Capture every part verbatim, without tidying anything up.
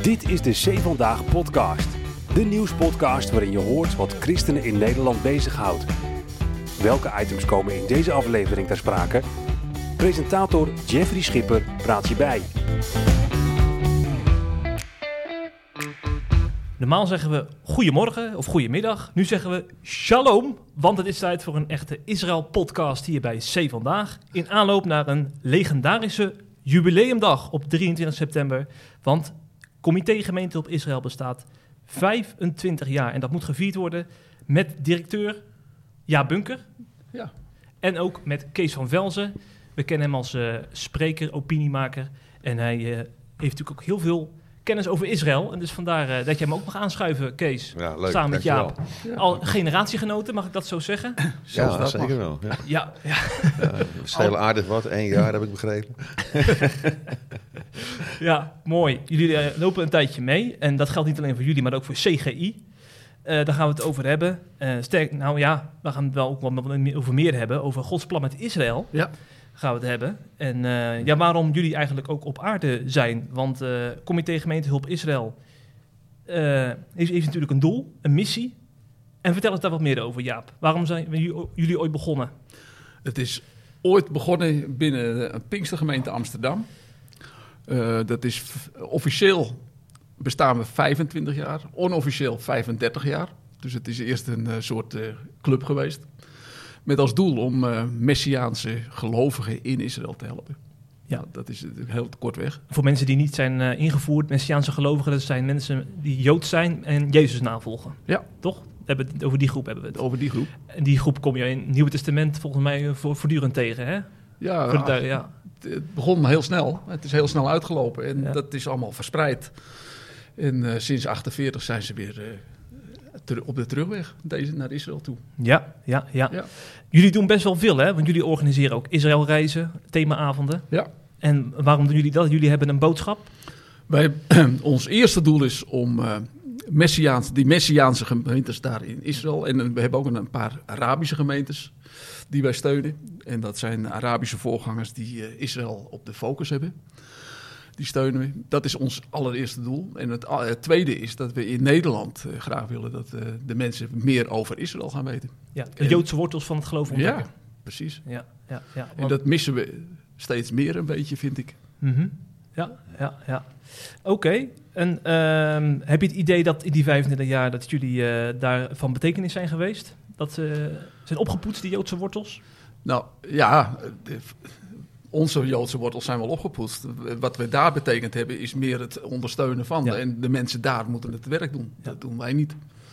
Dit is de Zee Vandaag podcast. De nieuwspodcast waarin je hoort wat christenen in Nederland bezighoudt. Welke items komen in deze aflevering ter sprake? Presentator Jeffrey Schipper praat je bij. Normaal zeggen we goedemorgen of goedemiddag. Nu zeggen we shalom, want het is tijd voor een echte Israël-podcast hier bij Zee Vandaag. In aanloop naar een legendarische jubileumdag op drieëntwintig september. Want Comité Gemeentehulp Israël bestaat vijfentwintig jaar. En dat moet gevierd worden met directeur Jaap Bunker. Ja. En ook met Kees van Velzen. We kennen hem als uh, spreker, opiniemaker. En hij uh, heeft natuurlijk ook heel veel kennis over Israël. En dus vandaar uh, dat je hem ook mag aanschuiven, Kees. Ja, leuk. Samen met Jaap. Ja. Al generatiegenoten, mag ik dat zo zeggen? Ja, dat zeker wel. Ja. Ja, ja. Ja, we schelen aardig wat, één jaar heb ik begrepen. Ja, mooi. Jullie uh, lopen een tijdje mee. En dat geldt niet alleen voor jullie, maar ook voor C G I. Uh, daar gaan we het over hebben. Uh, sterk, nou ja, we gaan het wel ook wat over meer hebben. Over Gods plan met Israël. Ja. Gaan we het hebben. En uh, ja, waarom jullie eigenlijk ook op aarde zijn. Want uh, Comité Gemeentehulp Israël uh, heeft, heeft natuurlijk een doel, een missie. En vertel eens daar wat meer over, Jaap. Waarom zijn jullie ooit begonnen? Het is ooit begonnen binnen een Pinkstergemeente Amsterdam. Uh, dat is f- officieel bestaan we vijfentwintig jaar, onofficieel vijfendertig jaar. Dus het is eerst een uh, soort uh, club geweest. Met als doel om uh, Messiaanse gelovigen in Israël te helpen. Ja. Nou, dat is uh, heel kortweg. Voor mensen die niet zijn uh, ingevoerd, Messiaanse gelovigen, dat zijn mensen die Joods zijn en Jezus navolgen. Ja. Toch? We hebben het, over die groep hebben we het. Over die groep. En die groep kom je in het Nieuwe Testament volgens mij voor, voortdurend tegen, hè? Ja, Voor de, ja. Het begon heel snel. Het is heel snel uitgelopen. En Ja. dat is allemaal verspreid. En uh, sinds achtenveertig zijn ze weer uh, ter, op de terugweg deze, naar Israël toe. Ja, ja, ja, Ja. Jullie doen best wel veel, hè? Want jullie organiseren ook Israëlreizen, themaavonden. Ja. En waarom doen jullie dat? Jullie hebben een boodschap. Wij, ons eerste doel is om uh, Messiaans, die Messiaanse gemeentes daar in Israël. En uh, we hebben ook een, een paar Arabische gemeentes die wij steunen. En dat zijn Arabische voorgangers die uh, Israël op de focus hebben. Die steunen we. Dat is ons allereerste doel. En het, uh, het tweede is dat we in Nederland uh, graag willen dat uh, de mensen meer over Israël gaan weten. Ja, de En- Joodse wortels van het geloof ontdekken. Ja, precies. Ja, ja, ja. En dat missen we steeds meer een beetje, vind ik. Mm-hmm. Ja, ja, ja. Oké. Okay. En uh, heb je het idee dat in die vijfentwintig jaar dat jullie uh, daar van betekenis zijn geweest? Dat ze uh, zijn opgepoetst, die Joodse wortels? Nou, ja, de, onze Joodse wortels zijn wel opgepoetst. Wat we daar betekend hebben is meer het ondersteunen van. Ja. En de mensen daar moeten het werk doen. Ja. Dat doen wij niet.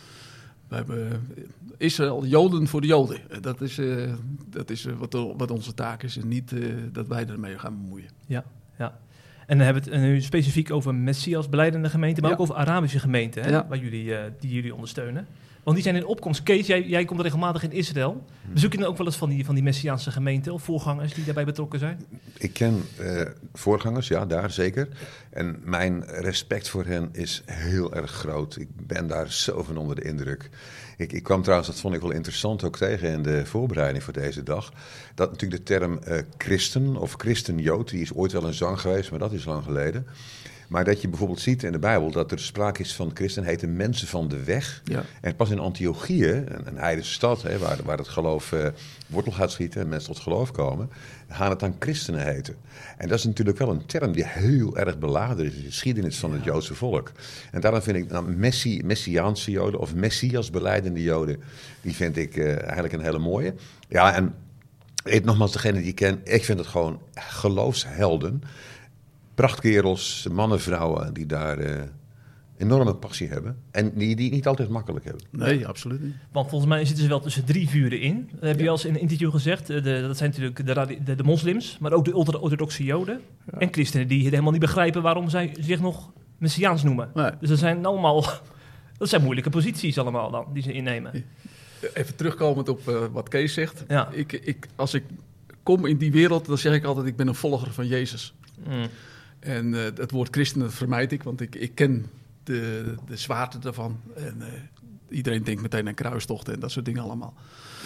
We hebben Israël, Joden voor de Joden. Dat is, uh, dat is uh, wat, wat onze taak is. En niet uh, dat wij ermee gaan bemoeien. Ja, ja. En dan hebben we het nu specifiek over Messias beleidende gemeenten, maar Ja. ook over Arabische gemeenten, hè, Ja. waar jullie, uh, die jullie ondersteunen. Want die zijn in opkomst. Kees, jij, jij komt regelmatig in Israël. Bezoek je dan ook wel eens van die, van die Messiaanse gemeenten of voorgangers die daarbij betrokken zijn? Ik ken uh, voorgangers, ja, daar zeker. En mijn respect voor hen is heel erg groot. Ik ben daar zo van onder de indruk. Ik, ik kwam trouwens, dat vond ik wel interessant, ook tegen in de voorbereiding voor deze dag. Dat natuurlijk de term uh, christen of christenjood, die is ooit wel een zang geweest, maar dat is lang geleden. Maar dat je bijvoorbeeld ziet in de Bijbel dat er sprake is van christen, heten mensen van de weg. Ja. En pas in Antiochië, een, een heidense stad, hè, waar, waar het geloof uh, wortel gaat schieten en mensen tot geloof komen, gaan het dan christenen heten. En dat is natuurlijk wel een term die heel erg beladen is in de geschiedenis van het Joodse volk. En daarom vind ik nou, messi, Messiaanse Joden of Messias belijdende Joden, die vind ik uh, eigenlijk een hele mooie. Ja, en ik, nogmaals, degene die ik ken, ik vind het gewoon geloofshelden. Prachtkerels, mannen, vrouwen die daar uh, enorme passie hebben. En die, die niet altijd makkelijk hebben. Nee, absoluut niet. Want volgens mij zitten ze wel tussen drie vuren in. Dat heb je Ja. al eens in een interview gezegd. De, dat zijn natuurlijk de, radi- de, de moslims, maar ook de ultra-orthodoxe Joden. Ja. En christenen die helemaal niet begrijpen waarom zij zich nog Messiaans noemen. Nee. Dus dat zijn allemaal, dat zijn moeilijke posities allemaal dan, die ze innemen. Even terugkomend op uh, wat Kees zegt. Ja. Ik, ik, als ik kom in die wereld, dan zeg ik altijd, ik ben een volger van Jezus. Mm. En uh, het woord christen dat vermijd ik, want ik, ik ken de, de zwaarte daarvan. En uh, iedereen denkt meteen aan kruistochten en dat soort dingen allemaal.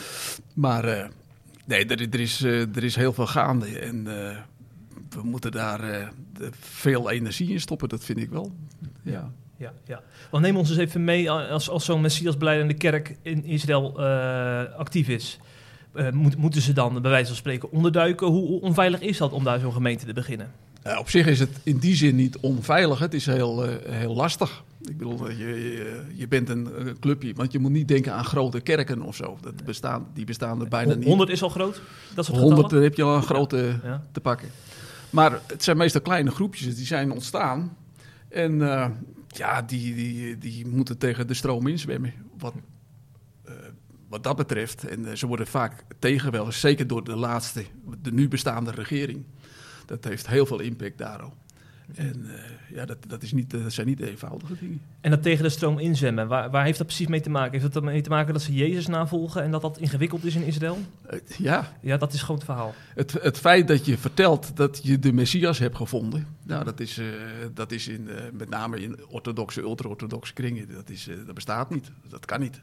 Maar uh, nee, er, er, is, uh, er is heel veel gaande. En uh, we moeten daar uh, veel energie in stoppen, dat vind ik wel. Ja. Ja, ja. Want neem ons eens even mee als, als zo'n Messias-belijdende kerk in Israël uh, actief is. Uh, moet, moeten ze dan bij wijze van spreken onderduiken? Hoe, hoe onveilig is dat om daar zo'n gemeente te beginnen? Uh, op zich is het in die zin niet onveilig. Het is heel, uh, heel lastig. Ik bedoel, je, je, je bent een uh, clubje, want je moet niet denken aan grote kerken of zo. Dat bestaan, die bestaan er bijna niet. honderd is al groot? Dat soort honderd heb je al een grote ja. te pakken. Maar het zijn meestal kleine groepjes, die zijn ontstaan. En uh, ja, die, die, die moeten tegen de stroom inzwemmen. Wat, uh, wat dat betreft. En uh, ze worden vaak tegengewerkt, zeker door de laatste, de nu bestaande regering. Dat heeft heel veel impact daarop. En uh, ja, dat, dat, is niet, dat zijn niet eenvoudige dingen. En dat tegen de stroom inzwemmen, waar, waar heeft dat precies mee te maken? Heeft dat ermee te maken dat ze Jezus navolgen en dat dat ingewikkeld is in Israël? Uh, ja. Ja, dat is gewoon het verhaal. Het, het feit dat je vertelt dat je de Messias hebt gevonden, nou, dat is, uh, dat is in, uh, met name in orthodoxe, ultra-orthodoxe kringen, dat, is, uh, dat bestaat niet. Dat kan niet.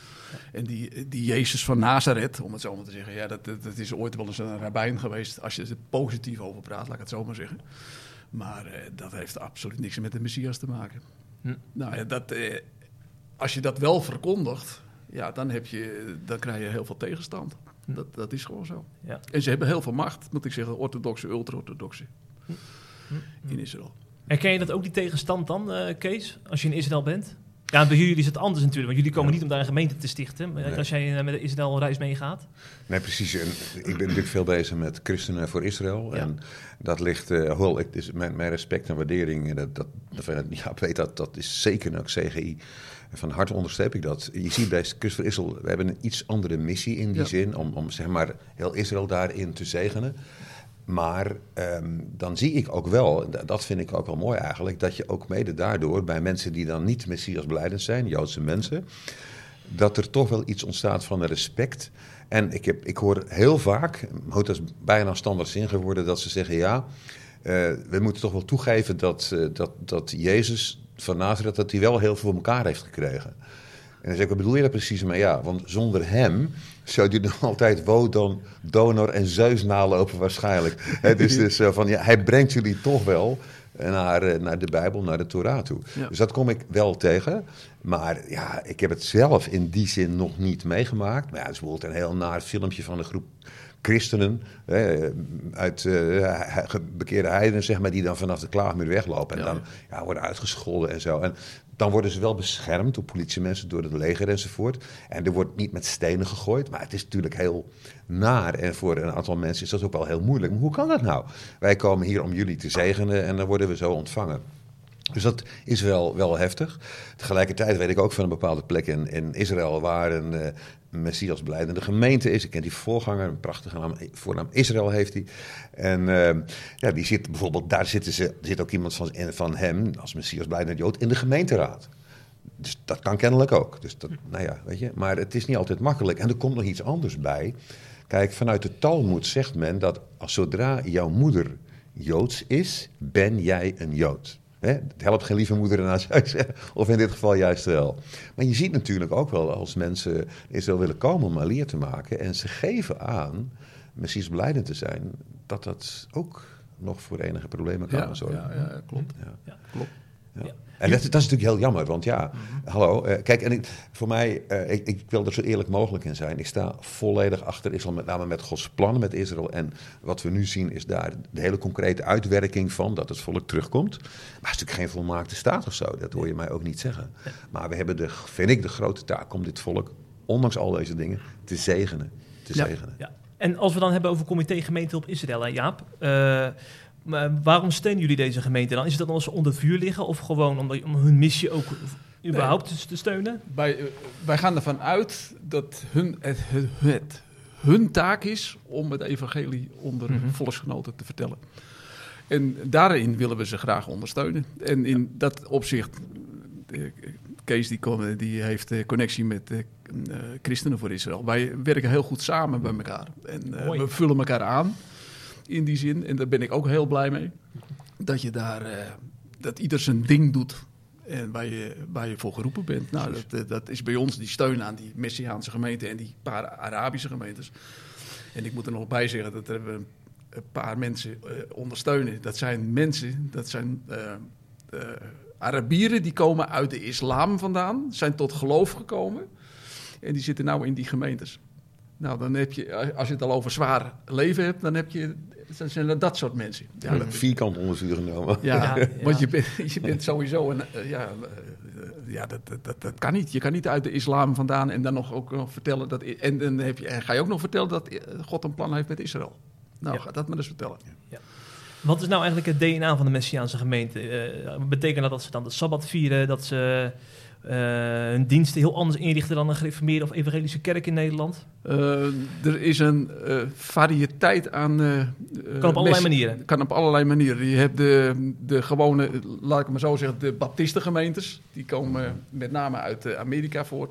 En die, die Jezus van Nazareth, om het zo maar te zeggen, ja, dat, dat is ooit wel eens een rabbijn geweest, als je er positief over praat, laat ik het zo maar zeggen. Maar uh, dat heeft absoluut niks met de Messias te maken. Hm. Nou ja, dat, uh, als je dat wel verkondigt, ja, dan, heb je, dan krijg je heel veel tegenstand. Hm. Dat, dat is gewoon zo. Ja. En ze hebben heel veel macht, moet ik zeggen, orthodoxe, ultra-orthodoxe, hm. in Israël. Herken je dat ook, die tegenstand dan, uh, Kees, als je in Israël bent? Ja, bij jullie is het anders natuurlijk, want jullie komen ja. niet om daar een gemeente te stichten. Nee. Als jij met de Israël-reis meegaat. Nee, precies. En ik ben natuurlijk veel bezig met Christenen voor Israël. Ja. En dat ligt, uh, hoewel ik, dus mijn, mijn respect en waardering, dat, dat, dat, ja, weet dat, dat is zeker ook C G I. Van harte onderstreep ik dat. Je ziet bij Christen voor Israël, we hebben een iets andere missie in die ja. zin, om, om zeg maar heel Israël daarin te zegenen. Maar um, dan zie ik ook wel, dat vind ik ook wel mooi eigenlijk, dat je ook mede daardoor bij mensen die dan niet Messias-belijdend zijn, Joodse mensen, dat er toch wel iets ontstaat van respect. En ik, heb, ik hoor heel vaak, dat is bijna standaard zin geworden, dat ze zeggen ja, uh, we moeten toch wel toegeven dat, uh, dat, dat Jezus van Nazareth, dat hij wel heel veel voor elkaar heeft gekregen. En dan zeg ik, wat bedoel je daar precies mee? Ja, want zonder hem zou hij nog altijd Wodan, Donor en Zeus nalopen waarschijnlijk. He, dus dus uh, van, ja, hij brengt jullie toch wel naar, uh, naar de Bijbel, naar de Torah toe. Ja. Dus dat kom ik wel tegen. Maar ja, ik heb het zelf in die zin nog niet meegemaakt. Maar ja, het is bijvoorbeeld een heel naar filmpje van een groep christenen hè, uit uh, bekeerde heidenen, zeg maar, die dan vanaf de klaagmuur weglopen. En ja. dan ja, worden uitgescholden en zo. En dan worden ze wel beschermd door politiemensen, door het leger enzovoort. En er wordt niet met stenen gegooid. Maar het is natuurlijk heel naar. En voor een aantal mensen is dat ook wel heel moeilijk. Maar hoe kan dat nou? Wij komen hier om jullie te zegenen en dan worden we zo ontvangen. Dus dat is wel, wel heftig. Tegelijkertijd weet ik ook van een bepaalde plek in, in Israël waar een uh, Messias-belijdende gemeente is. Ik ken die voorganger, een prachtige naam, voornaam Israël heeft hij. En uh, ja, die zit bijvoorbeeld, daar zitten ze, zit ook iemand van, van hem als Messias-belijdende Jood in de gemeenteraad. Dus dat kan kennelijk ook. Dus dat, nou ja, weet je. Maar het is niet altijd makkelijk. En er komt nog iets anders bij. Kijk, vanuit de Talmoed zegt men dat als zodra jouw moeder Joods is, ben jij een Jood. He, het helpt geen lieve moeder naar huis, of in dit geval juist wel. Maar je ziet natuurlijk ook wel als mensen Israël willen komen om Aliyah te maken en ze geven aan Messias-belijdend te zijn, dat dat ook nog voor enige problemen kan ja, zorgen. Ja, ja, klopt. Ja. Ja. klopt. Ja. Ja. En dat, dat is natuurlijk heel jammer, want ja, mm-hmm. hallo, uh, kijk, en ik, voor mij, uh, ik, ik wil er zo eerlijk mogelijk in zijn. Ik sta volledig achter Israël, met name met Gods plannen met Israël. En wat we nu zien is daar de hele concrete uitwerking van, dat het volk terugkomt. Maar het is natuurlijk geen volmaakte staat of zo, dat hoor je mij ook niet zeggen. Maar we hebben, de, vind ik, de grote taak om dit volk, ondanks al deze dingen, te zegenen. Te ja, zegenen. Ja. En als we dan hebben over comité gemeente op Israël, hè, Jaap... Uh, Maar waarom steunen jullie deze gemeente dan? Is het dan als ze onder vuur liggen of gewoon om, om hun missie ook überhaupt nee, te steunen? Wij, uh, wij gaan ervan uit dat hun, het, het, het hun taak is om het evangelie onder mm-hmm. volksgenoten te vertellen. En daarin willen we ze graag ondersteunen. En in ja. dat opzicht, uh, Kees die, kon, die heeft uh, connectie met uh, uh, Christenen voor Israël. Wij werken heel goed samen bij elkaar. En uh, we vullen elkaar aan. In die zin, en daar ben ik ook heel blij mee, dat je daar, uh, dat ieder zijn ding doet en waar je, waar je voor geroepen bent. Nou, dat, dat is bij ons die steun aan die Messiaanse gemeenten en die paar Arabische gemeentes. En ik moet er nog bij zeggen dat er een paar mensen uh, ondersteunen. Dat zijn mensen, dat zijn uh, uh, Arabieren die komen uit de islam vandaan, zijn tot geloof gekomen. En die zitten nou in die gemeentes. Nou, dan heb je, als je het al over zwaar leven hebt, dan heb je, dan zijn er dat soort mensen. Ja, dat, vierkant onderzoek genomen. Ja, Ja, ja. want je bent, je bent sowieso een, uh, ja, uh, ja dat, dat, dat, dat kan niet. Je kan niet uit de islam vandaan en dan nog ook nog vertellen dat, en dan heb je, en ga je ook nog vertellen dat God een plan heeft met Israël. Nou, Ja. ga dat maar eens vertellen. Wat is nou eigenlijk het D N A van de Messiaanse gemeente? Uh, betekent dat dat ze dan de Sabbat vieren, dat ze uh, hun diensten heel anders inrichten dan een gereformeerde of evangelische kerk in Nederland? Uh, er is een uh, variëteit aan... Uh, Kan op allerlei mes- manieren. Kan op allerlei manieren. Je hebt de, de gewone, laat ik maar zo zeggen, de baptistengemeentes. Die komen met name uit uh, Amerika voort.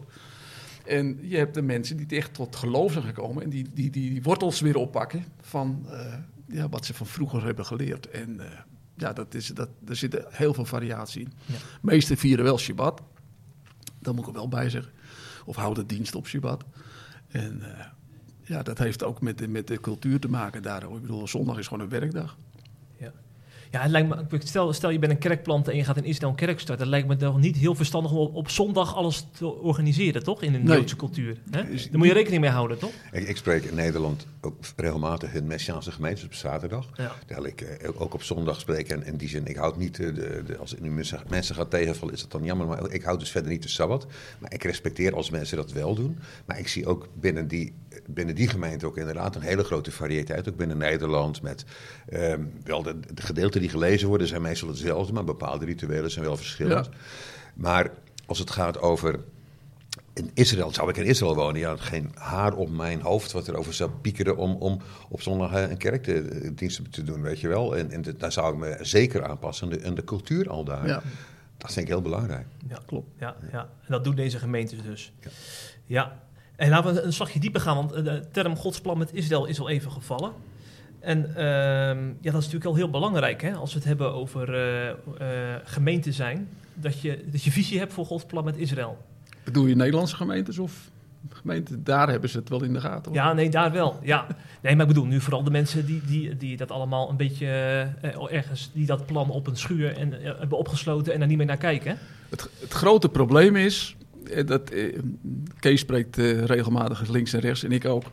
En je hebt de mensen die echt tot geloof zijn gekomen... en die die, die, die wortels weer oppakken van uh, ja, wat ze van vroeger hebben geleerd. En uh, ja, dat is, dat, er zit heel veel variatie in. Ja. De meesten vieren wel Shabbat. Dat moet ik er wel bij zeggen. Of houden dienst op Shabbat. En uh, ja, dat heeft ook met de, met de cultuur te maken daar. Ik bedoel, zondag is gewoon een werkdag. Ja, ja het lijkt me, stel, stel je bent een kerkplanter en je gaat in Israël een kerk starten. Het lijkt me dan niet heel verstandig om op, op zondag alles te organiseren, toch? In een Nee. Joodse cultuur. Hè? Daar moet je rekening mee houden, toch? Ik, ik spreek in Nederland ook regelmatig in Messiaanse gemeentes op zaterdag. Ja. Terwijl ik eh, ook op zondag spreek. En in die zin, ik houd niet, eh, de, de, als ik nu mensen, mensen gaat tegenvallen, is dat dan jammer. Maar ik houd dus verder niet de Sabbat. Maar ik respecteer als mensen dat wel doen. Maar ik zie ook binnen die, binnen die gemeente ook inderdaad een hele grote variëteit. Ook binnen Nederland. Met eh, wel de, de gedeelten die gelezen worden zijn meestal hetzelfde. Maar bepaalde rituelen zijn wel verschillend. Ja. Maar als het gaat over... In Israël, zou ik in Israël wonen, ja, geen haar op mijn hoofd wat erover zou piekeren om, om op zondag een kerkdienst te doen, weet je wel. En, en de, daar zou ik me zeker aanpassen aan de, aan de cultuur al daar. Ja. Dat vind ik heel belangrijk. Ja, Klopt. Ja, ja. En dat doen deze gemeentes dus. Ja. Ja. En laten we een slagje dieper gaan, want de term Gods plan met Israël is al even gevallen. En ehm, ja, dat is natuurlijk al heel belangrijk, hè, als we het hebben over uh, uh, gemeenten zijn, dat je, dat je visie hebt voor Gods plan met Israël. Bedoel je Nederlandse gemeentes of gemeenten? Daar hebben ze het wel in de gaten. Hoor. Ja, nee, daar wel. Ja. Nee, maar ik bedoel nu vooral de mensen die, die, die dat allemaal een beetje uh, ergens, die dat plan op een schuur en, uh, hebben opgesloten en daar niet meer naar kijken. Het, het grote probleem is, eh, dat eh, Kees spreekt eh, regelmatig links en rechts en ik ook.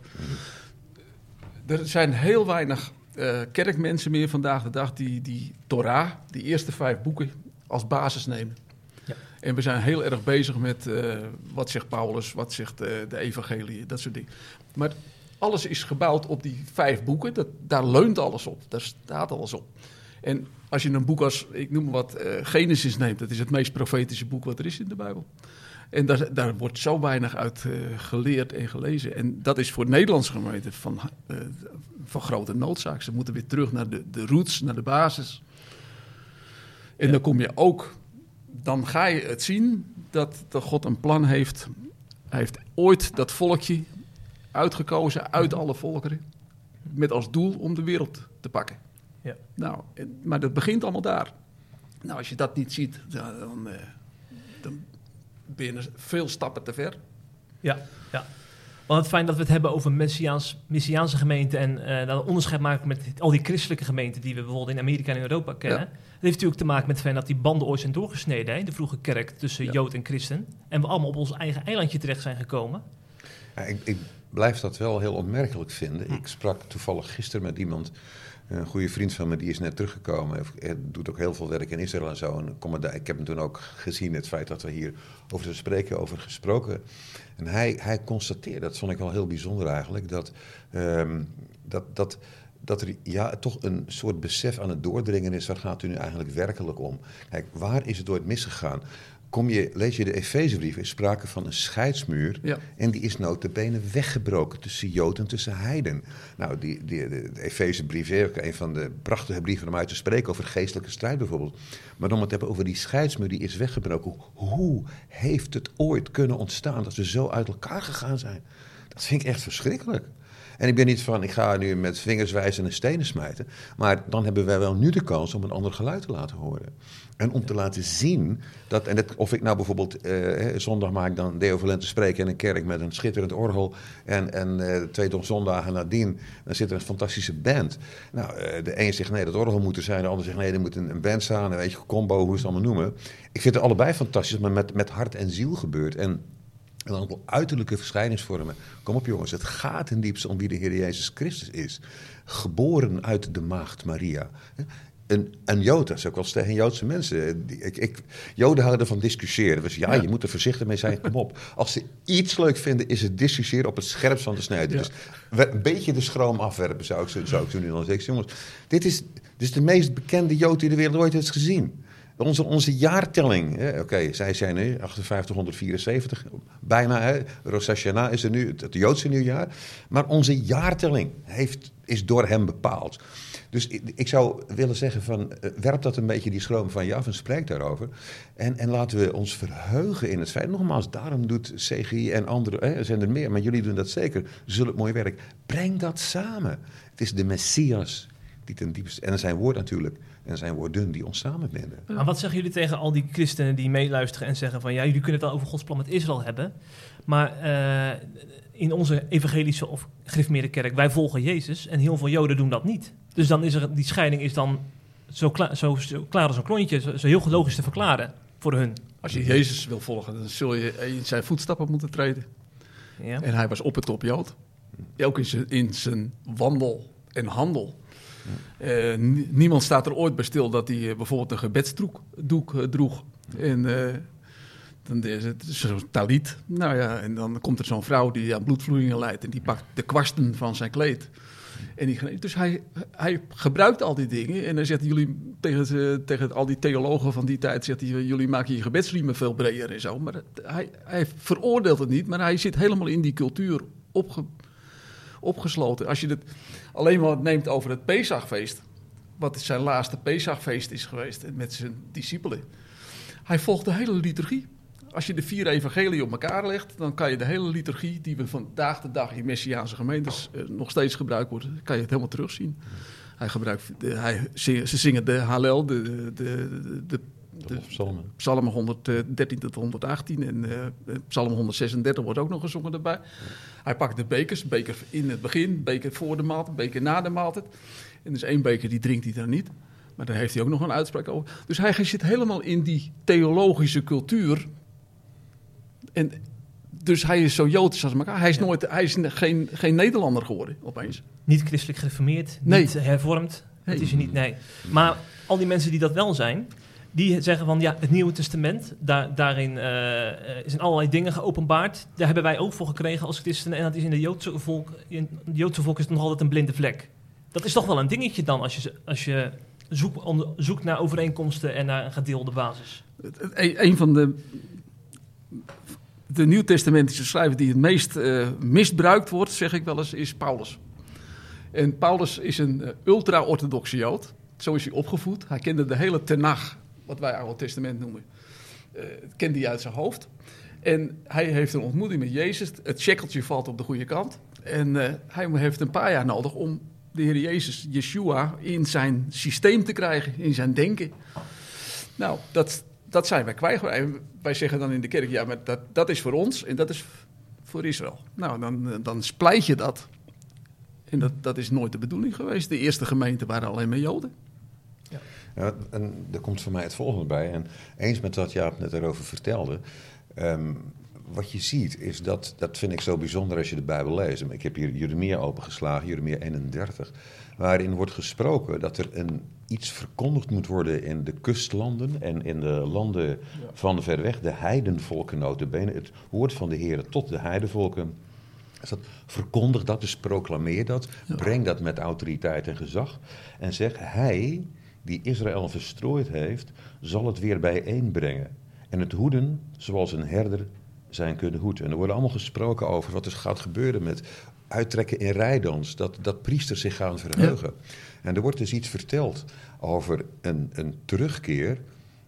Er zijn heel weinig uh, kerkmensen meer vandaag de dag die, die Torah, die eerste vijf boeken, als basis nemen. Ja. En we zijn heel erg bezig met uh, wat zegt Paulus, wat zegt uh, de evangelie, dat soort dingen. Maar alles is gebouwd op die vijf boeken, dat, daar leunt alles op, daar staat alles op. En als je een boek als, ik noem maar wat, uh, Genesis neemt, dat is het meest profetische boek wat er is in de Bijbel. En daar, daar wordt zo weinig uit uh, geleerd en gelezen. En dat is voor Nederlandse gemeenten van, uh, van grote noodzaak. Ze moeten weer terug naar de, de roots, naar de basis. En ja. dan kom je ook, dan ga je het zien dat, dat God een plan heeft. Hij heeft ooit dat volkje uitgekozen uit alle volkeren. Met als doel om de wereld te pakken. Ja. Nou, en, maar dat begint allemaal daar. Nou, als je dat niet ziet, dan... dan, uh, dan binnen veel stappen te ver. Ja, ja. Want het fijn dat we het hebben over Messiaans, Messiaanse gemeenten en uh, dan een onderscheid maken met al die christelijke gemeenten die we bijvoorbeeld in Amerika en in Europa kennen. Ja. Dat heeft natuurlijk te maken met het feit dat die banden ooit zijn doorgesneden, hè, de vroege kerk tussen ja. Jood en christen. En we allemaal op ons eigen eilandje terecht zijn gekomen. Ja, ik, ik blijf dat wel heel opmerkelijk vinden. Hm. Ik sprak toevallig gisteren met iemand, een goede vriend van me, die is net teruggekomen. Hij doet ook heel veel werk in Israël en zo. En ik heb hem toen ook gezien, het feit dat we hier over te spreken, over gesproken. En hij, hij constateerde, dat vond ik wel heel bijzonder eigenlijk, dat, um, dat, dat, dat er ja, toch een soort besef aan het doordringen is, waar gaat het nu eigenlijk werkelijk om? Kijk, waar is het ooit misgegaan? Kom je, lees je de Efezebrief, is sprake van een scheidsmuur. Ja. En die is nota bene weggebroken tussen Jood en tussen heiden. Nou, die, die, de, de Efezebrief is ook een van de prachtige brieven om uit te spreken over geestelijke strijd bijvoorbeeld. Maar om het te hebben over die scheidsmuur, die is weggebroken. Hoe heeft het ooit kunnen ontstaan dat we zo uit elkaar gegaan zijn? Dat vind ik echt verschrikkelijk. En ik ben niet van, ik ga nu met vingers wijzen en stenen smijten. Maar dan hebben wij wel nu de kans om een ander geluid te laten horen. En om te laten zien dat, en dat, of ik nou bijvoorbeeld, uh, zondag maak ik dan Deo Volente spreken in een kerk met een schitterend orgel. En, en uh, twee zondagen nadien, dan zit er een fantastische band. Nou, uh, de een zegt nee, dat orgel moet er zijn. De ander zegt nee, er moet een, een band staan. En weet je, combo, hoe ze het allemaal noemen. Ik vind het allebei fantastisch, maar met, met hart en ziel gebeurt. En, en dan ook uiterlijke verschijningsvormen. Kom op jongens, het gaat in diepste om wie de Heer Jezus Christus is. Geboren uit de maagd Maria. Een, een Jood, dat is ook wel eens tegen Joodse mensen. Ik, ik, Joden houden van discussiëren. Dus ja, ja, je moet er voorzichtig mee zijn. Kom op. Als ze iets leuk vinden, is het discussiëren op het scherpst van de snede. Ja. Dus een beetje de schroom afwerpen, zou ik zo, zou ik zo nu dan zeggen. Jongens, dit is, dit is de meest bekende Jood die de wereld ooit heeft gezien. Onze, onze jaartelling, oké, okay, zij zijn nu achtenvijftighonderdvierenzeventig, bijna, hè, Rosh Hashanah is er nu, het, het Joodse nieuwjaar. Maar onze jaartelling heeft, is door hem bepaald. Dus ik, ik zou willen zeggen van, uh, werp dat een beetje die schroom van je af en spreek daarover. En, en laten we ons verheugen in het feit. Nogmaals, daarom doet C G I en anderen, er zijn er meer, maar jullie doen dat zeker, zullen het mooi werk. Breng dat samen. Het is de Messias die ten diepste, en zijn woord natuurlijk, en zijn woorden die ons samenbinden. Maar wat zeggen jullie tegen al die christenen die meeluisteren en zeggen van, ja, jullie kunnen het wel over Gods plan met Israël hebben, maar uh, in onze evangelische of gereformeerde kerk, wij volgen Jezus en heel veel Joden doen dat niet. Dus dan is er, die scheiding is dan zo, kla- zo, zo klaar als een klontje, zo, zo heel logisch te verklaren voor hun. Als je Jezus wil volgen, dan zul je in zijn voetstappen moeten treden. Ja. En hij was op het top Jood. Ook in zijn, in zijn wandel en handel. Uh, n- niemand staat er ooit bij stil dat hij uh, bijvoorbeeld een gebedsdoek uh, droeg. En uh, dan is het zo'n talit. Nou ja, en dan komt er zo'n vrouw die aan bloedvloeien lijdt en die pakt de kwasten van zijn kleed. En die, dus hij, hij gebruikt al die dingen en dan zegt jullie tegen, uh, tegen al die theologen van die tijd, zegt hij, jullie maken je gebedsriemen veel breder en zo. Maar het, hij, hij veroordeelt het niet, maar hij zit helemaal in die cultuur opge, opgesloten. Als je het alleen maar neemt over het Pesachfeest, wat zijn laatste Pesachfeest is geweest met zijn discipelen. Hij volgt de hele liturgie. Als je de vier evangelieën op elkaar legt, dan kan je de hele liturgie die we vandaag de dag in Messiaanse gemeentes uh, nog steeds gebruikt wordt, kan je het helemaal terugzien. Hij gebruikt, de, hij, ze zingen de Hallel, de, de, de, de, de psalmen. Psalmen honderddertien tot honderdachttien en uh, Psalm honderdzesendertig wordt ook nog gezongen daarbij. Ja. Hij pakt de bekers, beker in het begin, beker voor de maaltijd, beker na de maaltijd. En dus één beker die drinkt hij dan niet. Maar daar heeft hij ook nog een uitspraak over. Dus hij zit helemaal in die theologische cultuur. En dus hij is zo Joods als elkaar. Hij is, ja. nooit, hij is geen, geen Nederlander geworden, opeens. Niet christelijk gereformeerd, nee. niet hervormd. Nee. Het is er niet, nee. Maar al die mensen die dat wel zijn, die zeggen van, ja, het Nieuwe Testament, daar, daarin uh, zijn allerlei dingen geopenbaard. Daar hebben wij ook voor gekregen als christenen. En dat is in de Joodse volk, in het Joodse volk is het nog altijd een blinde vlek. Dat is toch wel een dingetje dan, als je, als je zoekt, onder, zoekt naar overeenkomsten en naar een gedeelde basis. Een, een van de... De Nieuwtestamentische schrijver die het meest uh, misbruikt wordt, zeg ik wel eens, is Paulus. En Paulus is een uh, ultra-orthodoxe Jood. Zo is hij opgevoed. Hij kende de hele Tenach, wat wij Oude Testament noemen, uh, kende hij uit zijn hoofd. En hij heeft een ontmoeting met Jezus. Het checkeltje valt op de goede kant. En uh, hij heeft een paar jaar nodig om de Heer Jezus, Yeshua, in zijn systeem te krijgen, in zijn denken. Nou, dat... Dat zijn wij kwijt. Wij zeggen dan in de kerk, ja, maar dat, dat is voor ons en dat is voor Israël. Nou, dan, dan spleit je dat. En dat, dat is nooit de bedoeling geweest. De eerste gemeenten waren alleen maar Joden. Ja. Ja, en er komt voor mij het volgende bij. En eens met wat Jaap net erover vertelde. Um, wat je ziet is dat, dat vind ik zo bijzonder als je de Bijbel leest. Ik heb hier Jeremia opengeslagen, Jeremia eenendertig. Waarin wordt gesproken dat er een, iets verkondigd moet worden in de kustlanden en in de landen ja. van ver weg, de heidenvolken nota bene, het woord van de Heer tot de heidenvolken. Dus dat, verkondig dat, dus proclameer dat, ja. breng dat met autoriteit en gezag en zeg, hij die Israël verstrooid heeft, zal het weer bijeenbrengen en het hoeden zoals een herder zijn kunnen hoeden. En er wordt allemaal gesproken over wat er gaat gebeuren met uittrekken in rijdans, dat, dat priesters zich gaan verheugen. Ja. En er wordt dus iets verteld over een, een terugkeer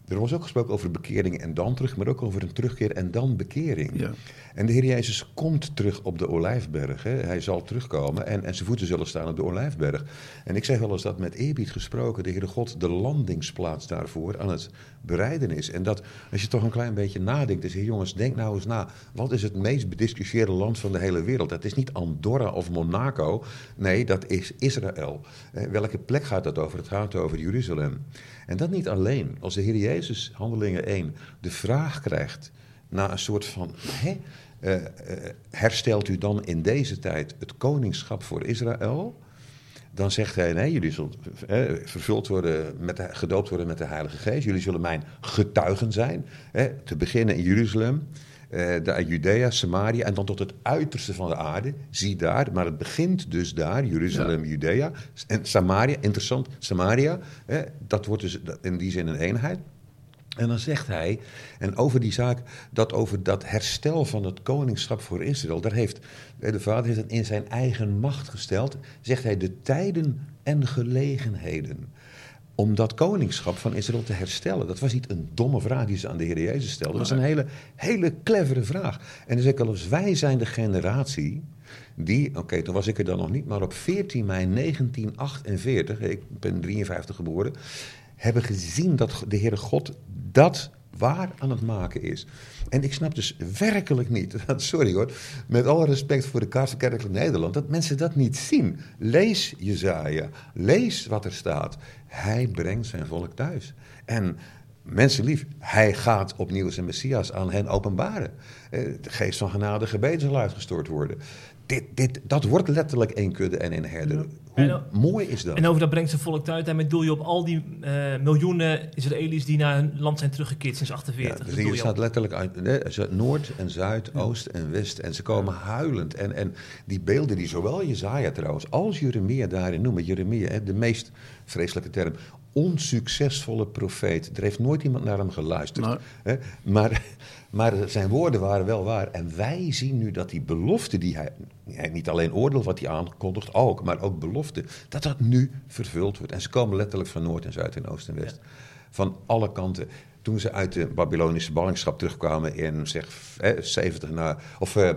Er was ook gesproken over bekering en dan terug, maar ook over een terugkeer en dan bekering. Ja. En de Heer Jezus komt terug op de Olijfberg. Hè. Hij zal terugkomen en, en zijn voeten zullen staan op de Olijfberg. En ik zeg wel eens dat met eerbied gesproken de Heere God de landingsplaats daarvoor aan het bereiden is. En dat als je toch een klein beetje nadenkt, dan zeg je, jongens, denk nou eens na. Wat is het meest bediscussieerde land van de hele wereld? Dat is niet Andorra of Monaco. Nee, dat is Israël. Eh, welke plek gaat dat over? Het gaat over Jeruzalem. En dat niet alleen. Als de Heer Jezus, Handelingen één, de vraag krijgt naar een soort van, hè, uh, uh, herstelt u dan in deze tijd het koningschap voor Israël? Dan zegt hij, nee, jullie zullen uh, vervuld worden, met de, gedoopt worden met de Heilige Geest. Jullie zullen mijn getuigen zijn. Hè, te beginnen in Jeruzalem, uh, de Judea, Samaria en dan tot het uiterste van de aarde. Zie daar, maar het begint dus daar, Jeruzalem, ja. Judea en Samaria. Interessant, Samaria, hè, dat wordt dus in die zin een eenheid. En dan zegt hij, en over die zaak, dat over dat herstel van het koningschap voor Israël, daar heeft de Vader heeft het in zijn eigen macht gesteld, zegt hij, de tijden en gelegenheden om dat koningschap van Israël te herstellen. Dat was niet een domme vraag die ze aan de Heer Jezus stelden, dat was een hele, hele clevere vraag. En dan zeg ik al eens, wij zijn de generatie die, oké, okay, toen was ik er dan nog niet, maar op veertien mei negentien achtenveertig, ik ben drieënvijftig geboren, hebben gezien dat de Heere God dat waar aan het maken is. En ik snap dus werkelijk niet, sorry hoor, met alle respect voor de Kaarsenkerk Nederland, dat mensen dat niet zien. Lees Jesaja, lees wat er staat. Hij brengt zijn volk thuis. En mensenlief, hij gaat opnieuw zijn Messias aan hen openbaren. De geest van genade gebeden zal uitgestort worden. Dit, dit, dat wordt letterlijk één kudde en één herder. Hoe en, mooi is dat? En over dat brengt zijn volk thuis. Daarmee doel je op al die uh, miljoenen Israëli's die naar hun land zijn teruggekeerd sinds achtenveertig. Ja, dus hier staat letterlijk uit, hè, Noord en Zuid, ja. Oost en West. En ze komen ja. huilend. En, en die beelden die zowel Jesaja trouwens als Jeremia daarin noemen. Jeremia, hè, de meest vreselijke term. Onsuccesvolle profeet. Er heeft nooit iemand naar hem geluisterd. Nou. Hè, maar... Maar zijn woorden waren wel waar. En wij zien nu dat die belofte die hij... Niet alleen oordeel wat hij aankondigt, ook, maar ook belofte. Dat dat nu vervuld wordt. En ze komen letterlijk van Noord en Zuid en Oost en West. Ja. Van alle kanten. Toen ze uit de Babylonische ballingschap terugkwamen in zeg zeventig na... Of uh,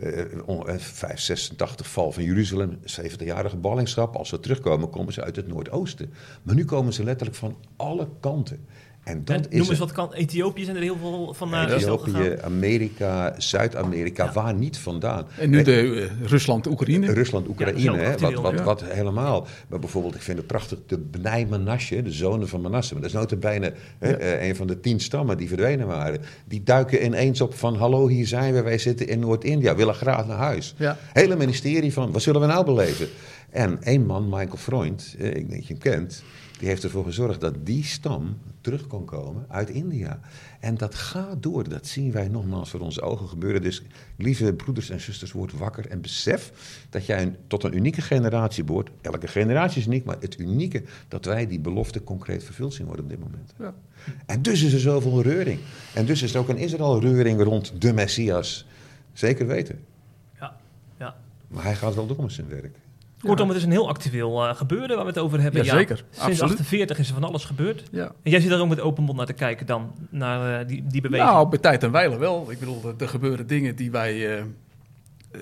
uh, vijf zesentachtig val van Jeruzalem, zeventigjarige ballingschap. Als ze terugkomen, komen ze uit het Noordoosten. Maar nu komen ze letterlijk van alle kanten. En dat en noem eens wat kan. Ethiopië zijn er heel veel van naar Ethiopië, Amerika, Zuid-Amerika, ja. waar niet vandaan. En nu de uh, Rusland, Oekraïne. Rusland, Oekraïne, ja, hè, wat, wat, ja. wat helemaal. Maar bijvoorbeeld, ik vind het prachtig, de Bnei Manasseh, de zonen van Manasseh. Maar dat is notabene ja. uh, een van de tien stammen die verdwenen waren. Die duiken ineens op van, hallo, hier zijn we, wij zitten in Noord-India, willen graag naar huis. Ja. Hele ministerie van, wat zullen we nou beleven? En één man, Michael Freund, uh, ik denk dat je hem kent, die heeft ervoor gezorgd dat die stam terug kon komen uit India. En dat gaat door. Dat zien wij nogmaals voor onze ogen gebeuren. Dus lieve broeders en zusters, word wakker en besef dat jij een, tot een unieke generatie behoort. Elke generatie is uniek, maar het unieke dat wij die belofte concreet vervuld zien worden op dit moment. Ja. En dus is er zoveel reuring. En dus is er ook in Israël reuring rond de Messias. Zeker weten. Ja, ja. Maar hij gaat wel door met zijn werk. Kortom, het is een heel actueel uh, gebeuren waar we het over hebben. Ja, zeker. Ja, sinds achtenveertig is er van alles gebeurd. Ja. En jij zit daar ook met open mond naar te kijken dan, naar uh, die, die beweging. Nou, bij tijd en wijle wel. Ik bedoel, er gebeuren dingen die wij... Uh, uh,